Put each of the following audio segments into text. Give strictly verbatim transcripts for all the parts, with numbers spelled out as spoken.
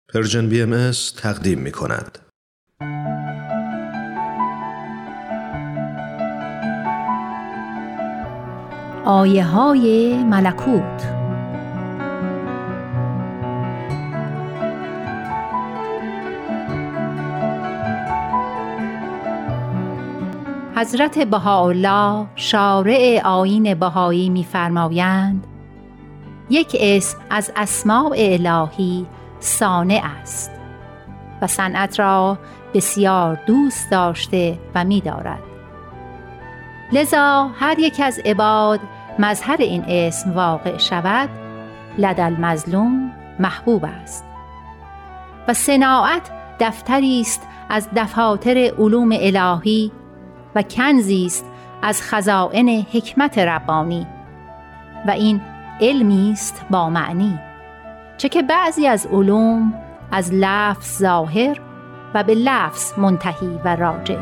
پرژن بی ام اس تقدیم می کند. آیه های ملکوت. حضرت بهاءالله شارع آیین بهایی می‌فرمایند یک اسم از اسماء الهی صانع است و صنعت را بسیار دوست داشته و می‌دارد. لذا هر یک از عباد مظهر این اسم واقع شود لدى المظلوم محبوب است و صناعت دفتری است از دفاتر علوم الهی و کنزی است از خزائن حکمت ربانی و این علمی است با معنی، چه که بعضی از علوم از لفظ ظاهر و به لفظ منتهی و راجع.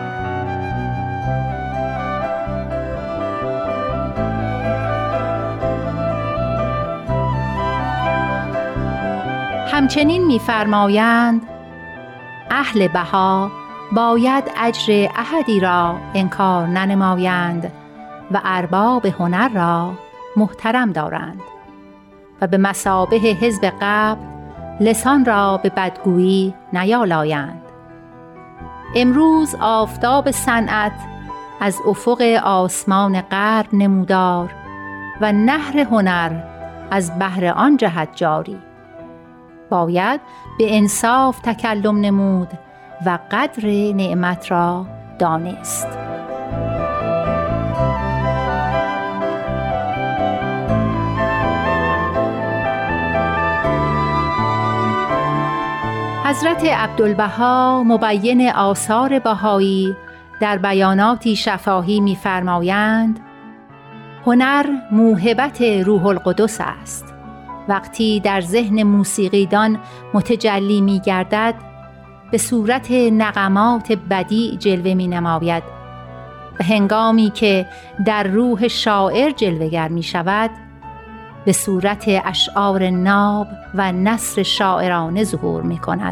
همچنین می‌فرمایند اهل بها باید اجر احدی را انکار ننمایند و ارباب هنر را محترم دارند و به مثابه حزب قبل لسان را به بدگویی نیالایند. امروز آفتاب صنعت از افق آسمان غرب نمودار و نهر هنر از بحر آن جهت جاری. باید به انصاف تکلم نمود و قدر نعمت را دانست. حضرت عبدالبها مبین آثار بهایی در بیاناتی شفاهی می‌فرمایند هنر موهبت روح القدس است. وقتی در ذهن موسیقیدان متجلی می‌گردد به صورت نغمات بدیع جلوه می‌نماید و هنگامی که در روح شاعر جلوه‌گر می‌شود به صورت اشعار ناب و نثر شاعرانه ظهور می‌کند.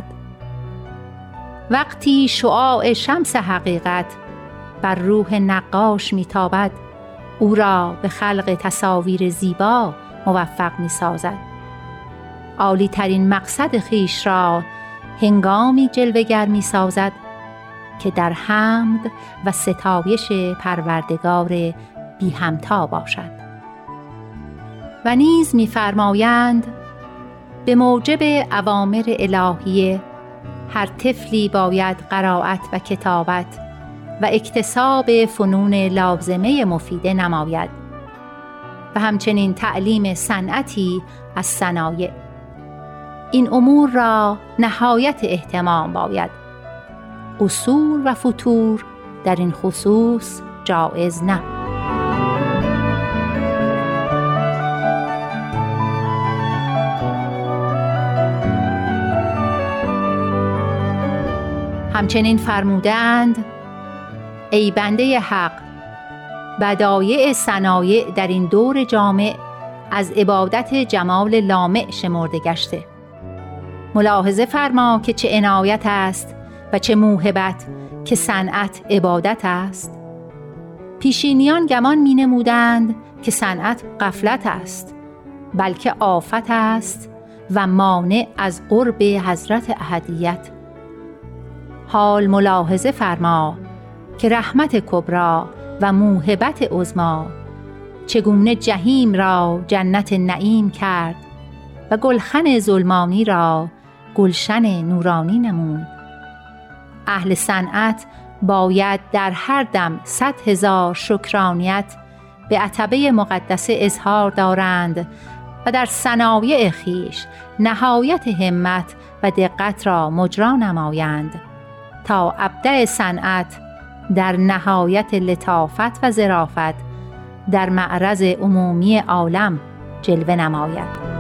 وقتی شعاع شمس حقیقت بر روح نقاش می‌تابد او را به خلق تصاویر زیبا موفق می‌سازد. عالی ترین مقصد خویش را هنگامی جلوه‌گر می‌سازد که در حمد و ستایش پروردگار بی همتا باشد. و نیز می‌فرمایند به موجب اوامر الهیه هر طفلی باید قرائت و کتابت و اکتساب فنون لازمه مفیده نماید و همچنین تعلیم صنعتی از صنایع. این امور را نهایت اهتمام باید. قصور و فتور در این خصوص جایز نه. همچنین فرمودند ای بنده حق، بدایع صنایع در این دور جامع از عبادت جمال لامع شمرده گشته. ملاحظه فرما که چه عنایت است و چه موهبت که صنعت عبادت است. پیشینیان گمان می نمودند که صنعت غفلت است، بلکه آفت است و مانع از قرب حضرت احدیت. حال ملاحظه فرما که رحمت کبری و موهبت عظمی چگونه جهیم را جنت نعیم کرد و گلخن ظلمانی را گلشن نورانی نمود. اهل صنعت باید در هر دم صد هزار شکرانیت به عتبه مقدسه اظهار دارند و در صنایع خویش نهایت همت و دقت را مجرا نمایند تا ابدع صنعت در نهایت لطافت و ظرافت در معرض عمومی عالم جلوه نماید.